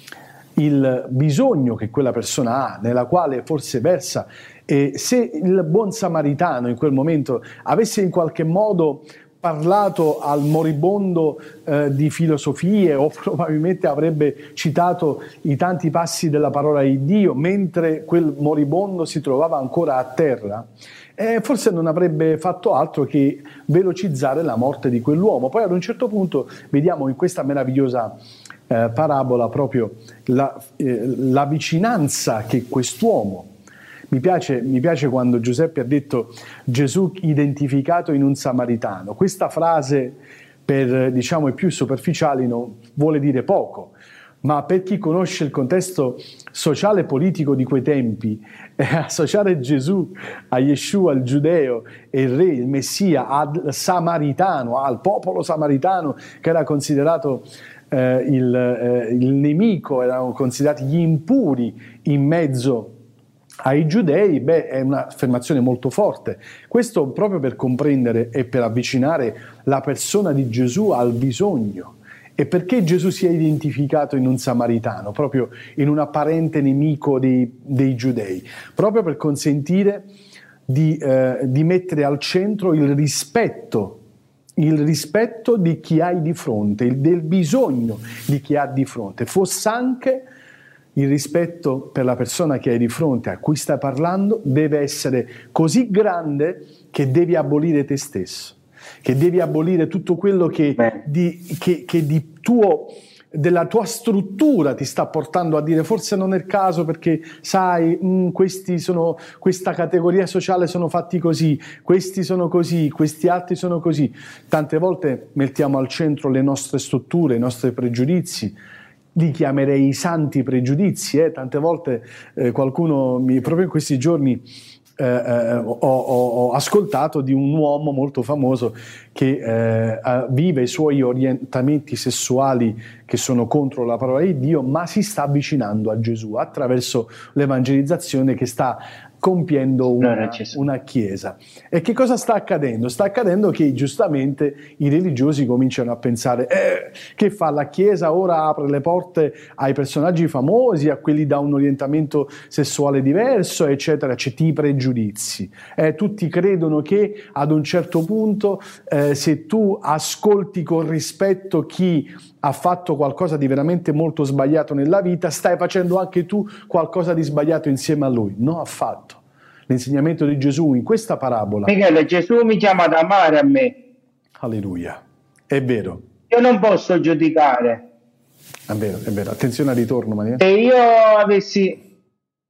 il bisogno che quella persona ha, nella quale forse versa, e se il buon samaritano in quel momento avesse in qualche modo parlato al moribondo eh, di filosofie o probabilmente avrebbe citato i tanti passi della parola di Dio mentre quel moribondo si trovava ancora a terra, eh, forse non avrebbe fatto altro che velocizzare la morte di quell'uomo. Poi ad un certo punto vediamo in questa meravigliosa Eh, parabola proprio la, eh, la vicinanza che quest'uomo, mi piace, mi piace quando Giuseppe ha detto Gesù identificato in un samaritano. Questa frase per diciamo i più superficiali non vuole dire poco, ma per chi conosce il contesto sociale e politico di quei tempi, eh, associare Gesù a Yeshua, il giudeo e il re, il Messia, al samaritano, al popolo samaritano che era considerato Eh, il, eh, il nemico, erano considerati gli impuri in mezzo ai giudei, beh, è un'affermazione molto forte. Questo proprio per comprendere e per avvicinare la persona di Gesù al bisogno. E perché Gesù si è identificato in un samaritano, proprio in un apparente nemico dei, dei giudei? Proprio per consentire di, eh, di mettere al centro il rispetto il rispetto di chi hai di fronte, il, del bisogno di chi ha di fronte, fosse anche il rispetto per la persona che hai di fronte, a cui stai parlando, deve essere così grande che devi abolire te stesso, che devi abolire tutto quello che di, che, che di tuo, della tua struttura ti sta portando a dire forse non è il caso perché sai mh, questi sono, questa categoria sociale sono fatti così, questi sono così, questi altri sono così. Tante volte mettiamo al centro le nostre strutture, i nostri pregiudizi, li chiamerei i santi pregiudizi, eh? Tante volte eh, qualcuno mi, proprio in questi giorni eh, eh, ho, ho, ho ascoltato di un uomo molto famoso che eh, vive i suoi orientamenti sessuali che sono contro la parola di Dio, ma si sta avvicinando a Gesù attraverso l'evangelizzazione che sta compiendo una, una chiesa. E che cosa sta accadendo? Sta accadendo che giustamente i religiosi cominciano a pensare eh, che fa la chiesa ora, apre le porte ai personaggi famosi, a quelli da un orientamento sessuale diverso, eccetera, c'è i pregiudizi. Eh, tutti credono che ad un certo punto eh, se tu ascolti con rispetto chi ha fatto qualcosa di veramente molto sbagliato nella vita, stai facendo anche tu qualcosa di sbagliato insieme a lui. No, affatto. L'insegnamento di Gesù in questa parabola. Michele, Gesù mi chiama ad amare a me. Alleluia. È vero. Io non posso giudicare. È vero, è vero. Attenzione al ritorno, Maria. Se io avessi,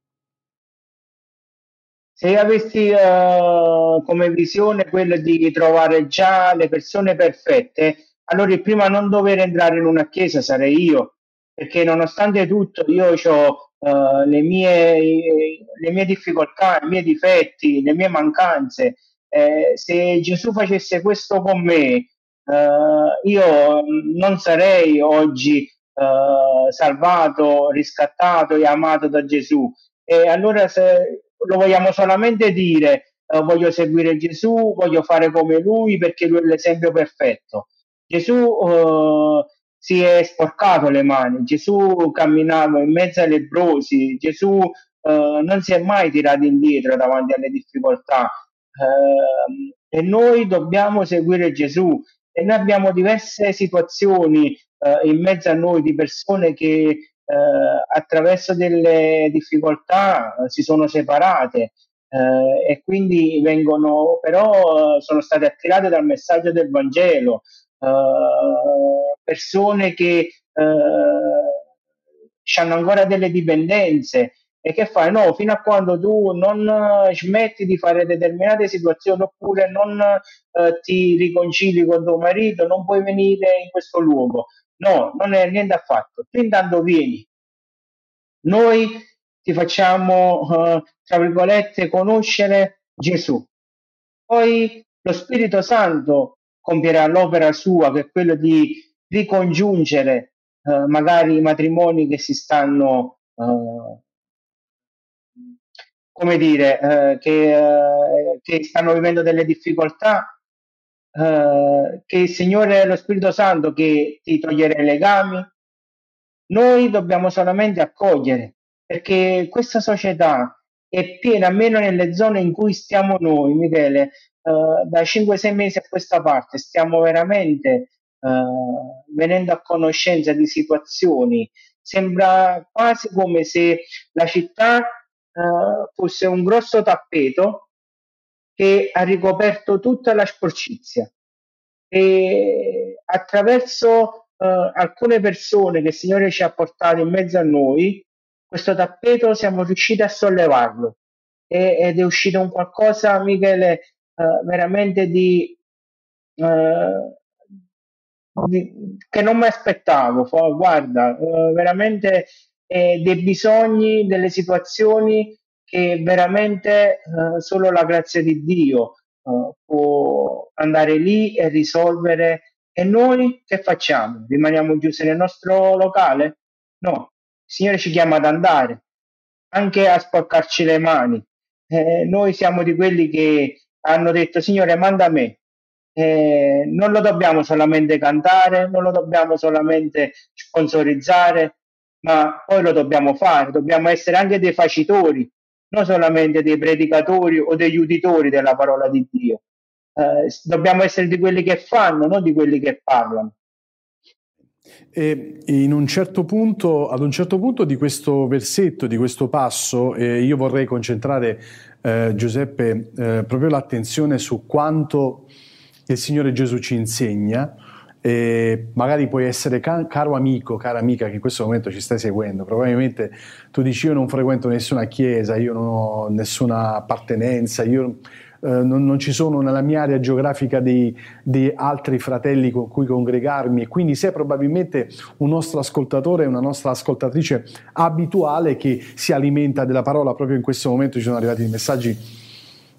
se io avessi uh, come visione quella di trovare già le persone perfette, allora il primo a non dover entrare in una chiesa sarei io, perché nonostante tutto io ho uh, le, mie, le mie difficoltà, i miei difetti, le mie mancanze. Eh, se Gesù facesse questo con me, uh, io non sarei oggi uh, salvato, riscattato e amato da Gesù. E allora se lo vogliamo solamente dire, uh, voglio seguire Gesù, voglio fare come Lui perché Lui è l'esempio perfetto. Gesù uh, si è sporcato le mani, Gesù camminava in mezzo ai lebbrosi, Gesù uh, non si è mai tirato indietro davanti alle difficoltà uh, e noi dobbiamo seguire Gesù. E noi abbiamo diverse situazioni uh, in mezzo a noi di persone che uh, attraverso delle difficoltà uh, si sono separate uh, e quindi vengono, però uh, sono state attirate dal messaggio del Vangelo. Uh, persone che uh, hanno ancora delle dipendenze e che fai? No, fino a quando tu non uh, smetti di fare determinate situazioni oppure non uh, ti riconcili con tuo marito, non puoi venire in questo luogo. No, non è niente affatto. Tu intanto vieni. Noi ti facciamo, uh, tra virgolette, conoscere Gesù. Poi lo Spirito Santo compierà l'opera sua, che è quello di ricongiungere eh, magari i matrimoni che si stanno, eh, come dire, eh, che, eh, che stanno vivendo delle difficoltà, eh, che il Signore è lo Spirito Santo che ti toglierà i legami. Noi dobbiamo solamente accogliere, perché questa società è piena, almeno nelle zone in cui stiamo noi, Michele, Uh, da cinque sei mesi a questa parte stiamo veramente uh, venendo a conoscenza di situazioni. Sembra quasi come se la città uh, fosse un grosso tappeto che ha ricoperto tutta la sporcizia e attraverso uh, alcune persone che il Signore ci ha portato in mezzo a noi, questo tappeto siamo riusciti a sollevarlo e, ed è uscito un qualcosa, Michele, Uh, veramente di, uh, di che non mi aspettavo. Guarda, uh, veramente eh, dei bisogni, delle situazioni che veramente uh, solo la grazia di Dio uh, può andare lì e risolvere. E noi che facciamo? Rimaniamo chiusi nel nostro locale? No, il Signore ci chiama ad andare, anche a sporcarci le mani. Eh, noi siamo di quelli che hanno detto Signore manda me, eh, non lo dobbiamo solamente cantare, non lo dobbiamo solamente sponsorizzare, ma poi lo dobbiamo fare, dobbiamo essere anche dei facitori, non solamente dei predicatori o degli uditori della parola di Dio. Eh, dobbiamo essere di quelli che fanno, non di quelli che parlano. E in un certo punto, ad un certo punto di questo versetto, di questo passo, eh, io vorrei concentrare, eh, Giuseppe, eh, proprio l'attenzione su quanto il Signore Gesù ci insegna. E magari puoi essere ca- caro amico, cara amica che in questo momento ci stai seguendo, probabilmente tu dici io non frequento nessuna chiesa, io non ho nessuna appartenenza, io eh, non, non ci sono nella mia area geografica di, di altri fratelli con cui congregarmi, e quindi sei probabilmente un nostro ascoltatore, una nostra ascoltatrice abituale che si alimenta della parola. Proprio in questo momento ci sono arrivati messaggi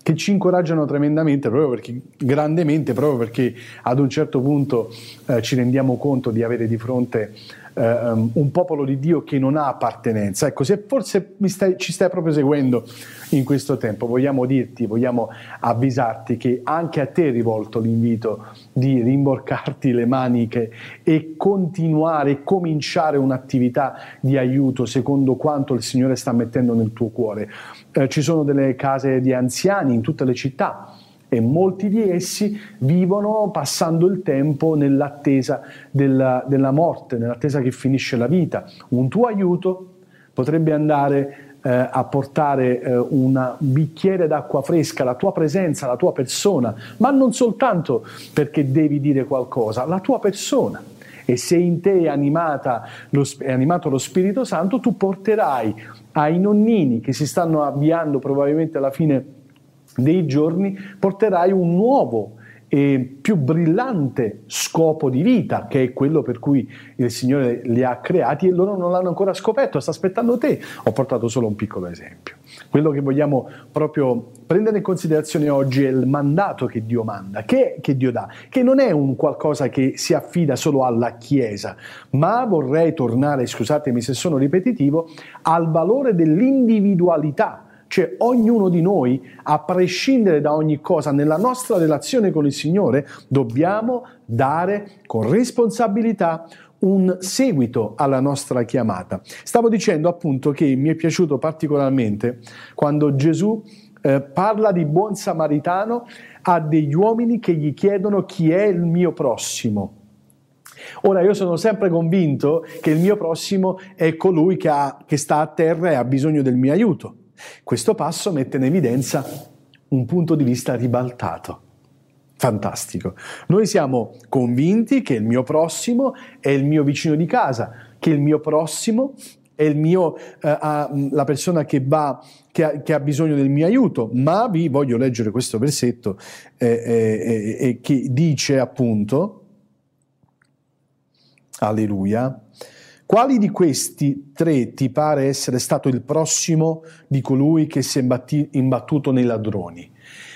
che ci incoraggiano tremendamente, proprio perché, grandemente, proprio perché ad un certo punto eh, ci rendiamo conto di avere di fronte eh, um, un popolo di Dio che non ha appartenenza. Ecco, se forse mi stai, ci stai proprio seguendo in questo tempo, vogliamo dirti, vogliamo avvisarti che anche a te è rivolto l'invito di rimborcarti le maniche e continuare e cominciare un'attività di aiuto secondo quanto il Signore sta mettendo nel tuo cuore. Eh, ci sono delle case di anziani in tutte le città e molti di essi vivono passando il tempo nell'attesa della, della morte, nell'attesa che finisce la vita. Un tuo aiuto potrebbe andare eh, a portare eh, una, un bicchiere d'acqua fresca, la tua presenza, la tua persona, ma non soltanto perché devi dire qualcosa, la tua persona. E se in te è, animata lo, è animato lo Spirito Santo, tu porterai ai nonnini che si stanno avviando probabilmente alla fine dei giorni, porterai un nuovo e più brillante scopo di vita, che è quello per cui il Signore li ha creati, e loro non l'hanno ancora scoperto, sta aspettando te. Ho portato solo un piccolo esempio. Quello che vogliamo proprio prendere in considerazione oggi è il mandato che Dio manda, che, che Dio dà, che non è un qualcosa che si affida solo alla Chiesa, ma vorrei tornare, scusatemi se sono ripetitivo, al valore dell'individualità. Cioè ognuno di noi, a prescindere da ogni cosa, nella nostra relazione con il Signore, dobbiamo dare con responsabilità un seguito alla nostra chiamata. Stavo dicendo appunto che mi è piaciuto particolarmente quando Gesù eh, parla di buon samaritano a degli uomini che gli chiedono chi è il mio prossimo. Ora, io sono sempre convinto che il mio prossimo è colui che, ha, che sta a terra e ha bisogno del mio aiuto. Questo passo mette in evidenza un punto di vista ribaltato. Fantastico. Noi siamo convinti che il mio prossimo è il mio vicino di casa, che il mio prossimo è il mio, eh, la persona che, va, che, ha, che ha bisogno del mio aiuto, ma vi voglio leggere questo versetto eh, eh, eh, che dice appunto, alleluia, quali di questi tre ti pare essere stato il prossimo di colui che si è imbatti, imbattuto nei ladroni?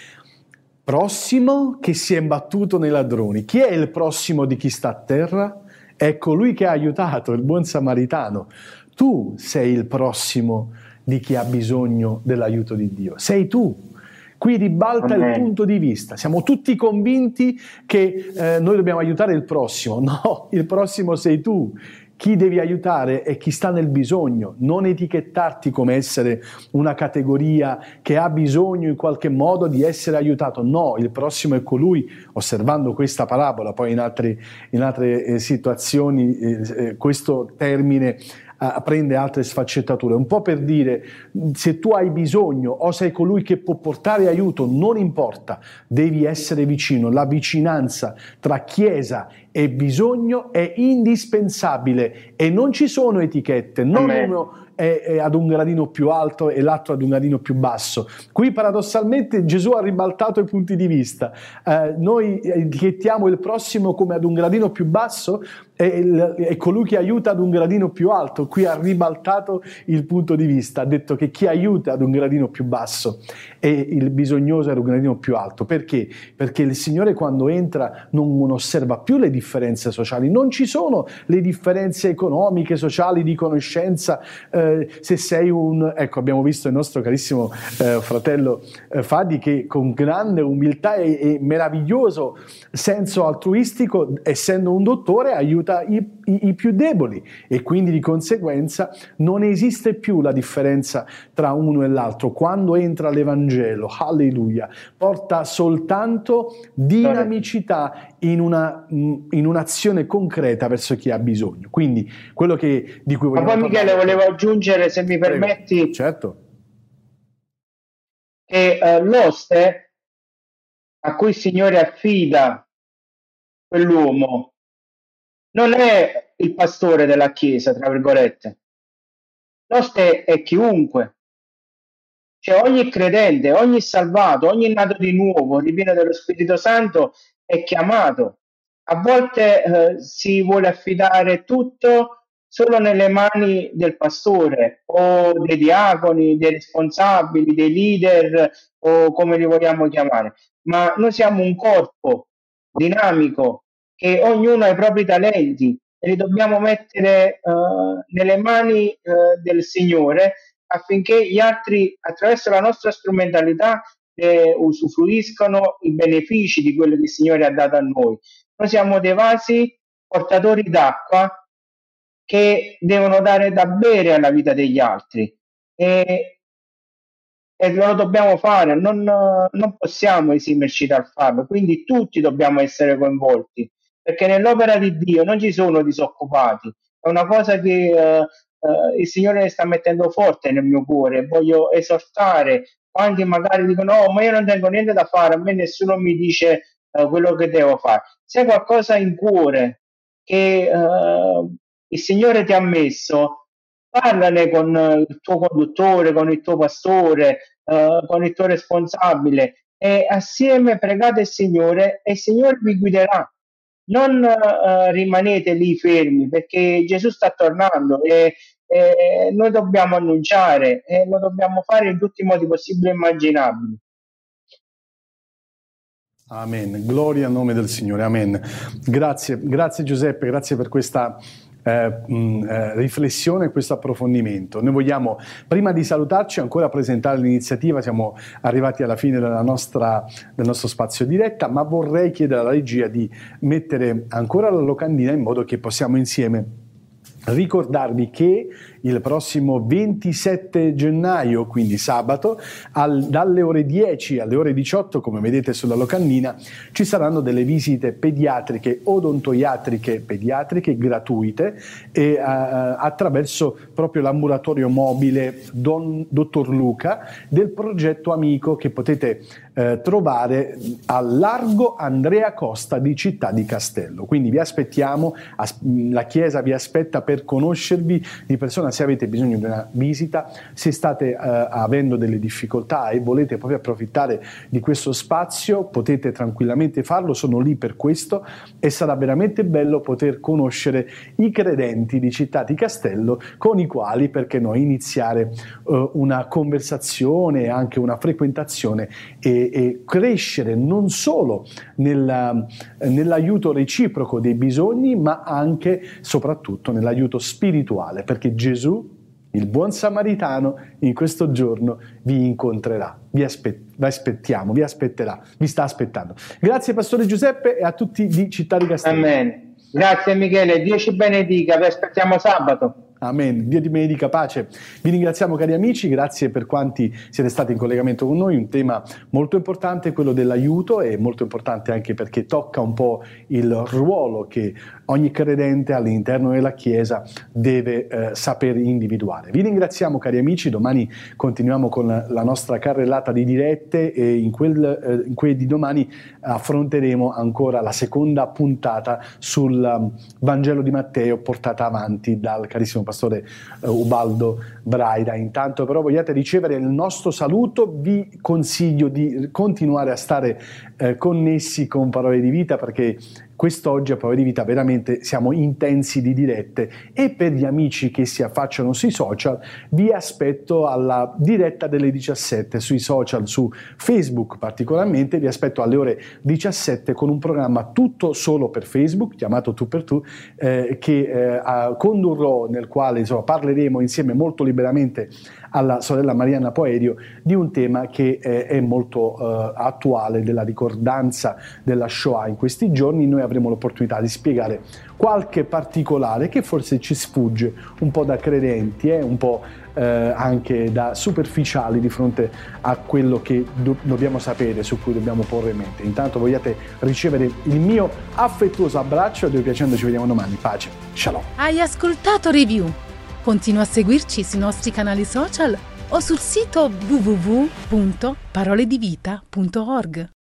Prossimo che si è imbattuto nei ladroni. Chi è il prossimo di chi sta a terra? È colui che ha aiutato, il buon samaritano. Tu sei il prossimo di chi ha bisogno dell'aiuto di Dio. Sei tu. Qui ribalta Amen. Il punto di vista. Siamo tutti convinti che eh, noi dobbiamo aiutare il prossimo. No, il prossimo sei tu. Chi devi aiutare è chi sta nel bisogno, non etichettarti come essere una categoria che ha bisogno in qualche modo di essere aiutato. No, il prossimo è colui, osservando questa parabola, poi in altre, in altre eh, situazioni eh, questo termine Uh, prende altre sfaccettature, un po' per dire, se tu hai bisogno o sei colui che può portare aiuto, non importa, devi essere vicino. La vicinanza tra Chiesa e bisogno è indispensabile e non ci sono etichette, non Amen. Uno è, è ad un gradino più alto e l'altro ad un gradino più basso. Qui paradossalmente Gesù ha ribaltato i punti di vista. Uh, noi etichettiamo il prossimo come ad un gradino più basso e, e colui che aiuta ad un gradino più alto. Qui ha ribaltato il punto di vista, ha detto che chi aiuta ad un gradino più basso e il bisognoso ad un gradino più alto. Perché? Perché il Signore quando entra non osserva più le differenze sociali, non ci sono le differenze economiche, sociali, di conoscenza, eh, se sei un... Ecco, abbiamo visto il nostro carissimo eh, fratello eh, Fadi che con grande umiltà e, e meraviglioso senso altruistico, essendo un dottore, aiuta i, i, i più deboli e quindi di conseguenza non esiste più la differenza tra uno e l'altro. Quando entra l'Evangelo, alleluia, porta soltanto dinamicità in, una, in un'azione concreta verso chi ha bisogno. Quindi quello che, di cui vogliamo Ma poi Michele parlare... volevo aggiungere, se mi Prego. permetti, Certo. che uh, l'oste a cui il Signore affida quell'uomo non è il pastore della Chiesa, tra virgolette. L'oste è chiunque. Cioè ogni credente, ogni salvato, ogni nato di nuovo, ripieno dello Spirito Santo, è chiamato. A volte eh, si vuole affidare tutto solo nelle mani del pastore o dei diaconi, dei responsabili, dei leader o come li vogliamo chiamare, ma noi siamo un corpo dinamico che ognuno ha i propri talenti e li dobbiamo mettere uh, nelle mani uh, del Signore affinché gli altri, attraverso la nostra strumentalità, eh, usufruiscano i benefici di quello che il Signore ha dato a noi. Noi siamo dei vasi portatori d'acqua che devono dare da bere alla vita degli altri e, e lo dobbiamo fare, non, non possiamo esimerci dal farlo, quindi tutti dobbiamo essere coinvolti, perché nell'opera di Dio non ci sono disoccupati, è una cosa che uh, uh, il Signore sta mettendo forte nel mio cuore. Voglio esortare quanti magari dicono oh, ma io non tengo niente da fare, a me nessuno mi dice uh, quello che devo fare. Se hai qualcosa in cuore che uh, il Signore ti ha messo, parlane con il tuo conduttore, con il tuo pastore, uh, con il tuo responsabile e assieme pregate il Signore e il Signore vi guiderà. Non uh, rimanete lì fermi, perché Gesù sta tornando e, e noi dobbiamo annunciare e lo dobbiamo fare in tutti i modi possibili e immaginabili. Amen, gloria al nome del Signore, amen. Grazie, grazie Giuseppe, grazie per questa eh, mh, eh, riflessione, questo approfondimento. Noi vogliamo, prima di salutarci, ancora presentare l'iniziativa. Siamo arrivati alla fine della nostra, del nostro spazio diretta, ma vorrei chiedere alla regia di mettere ancora la locandina in modo che possiamo insieme ricordarvi che il prossimo ventisette gennaio, quindi sabato, al, dalle ore dieci alle ore diciotto, come vedete sulla locandina, ci saranno delle visite pediatriche, odontoiatriche pediatriche gratuite e uh, attraverso proprio l'ambulatorio mobile Don, Dottor Luca del progetto Amico, che potete uh, trovare al largo Andrea Costa di Città di Castello. Quindi vi aspettiamo, as- la Chiesa vi aspetta per conoscervi di persona. Se avete bisogno di una visita, se state uh, avendo delle difficoltà e volete proprio approfittare di questo spazio, potete tranquillamente farlo, sono lì per questo e sarà veramente bello poter conoscere i credenti di Città di Castello con i quali, perché no, iniziare uh, una conversazione e anche una frequentazione e, e crescere non solo nella, nell'aiuto reciproco dei bisogni, ma anche soprattutto nell'aiuto spirituale, perché Gesù, il buon samaritano, in questo giorno vi incontrerà, vi, aspet- vi aspettiamo, vi aspetterà, vi sta aspettando. Grazie Pastore Giuseppe e a tutti di Città di Castello. Amen. Grazie Michele, Dio ci benedica, vi aspettiamo sabato. Amen, Dio ti benedica, pace. Vi ringraziamo cari amici, grazie per quanti siete stati in collegamento con noi. Un tema molto importante, quello dell'aiuto, e molto importante anche perché tocca un po' il ruolo che ogni credente all'interno della Chiesa deve eh, saper individuare. Vi ringraziamo cari amici, domani continuiamo con la nostra carrellata di dirette e in quel, eh, in quel di domani affronteremo ancora la seconda puntata sul um, Vangelo di Matteo, portata avanti dal carissimo pastore uh, Ubaldo Braida. Intanto però vogliate ricevere il nostro saluto, vi consiglio di continuare a stare eh, connessi con Parole di Vita, perché quest'oggi a Parole di Vita veramente siamo intensi di dirette, e per gli amici che si affacciano sui social vi aspetto alla diretta delle diciassette sui social, su Facebook particolarmente, vi aspetto alle ore diciassette con un programma tutto solo per Facebook chiamato Tu per Tu, eh, che eh, condurrò, nel quale insomma parleremo insieme molto liberamente alla sorella Marianna Poerio di un tema che eh, è molto eh, attuale, della ricordanza della Shoah in questi giorni. Noi avremo l'opportunità di spiegare qualche particolare che forse ci sfugge un po' da credenti, eh, un po' eh, anche da superficiali di fronte a quello che do- dobbiamo sapere, su cui dobbiamo porre mente. Intanto vogliate ricevere il mio affettuoso abbraccio, a Dio piacendo ci vediamo domani. Pace, shalom. Hai ascoltato Review? Continua a seguirci sui nostri canali social o sul sito w w w punto parole di vita punto org.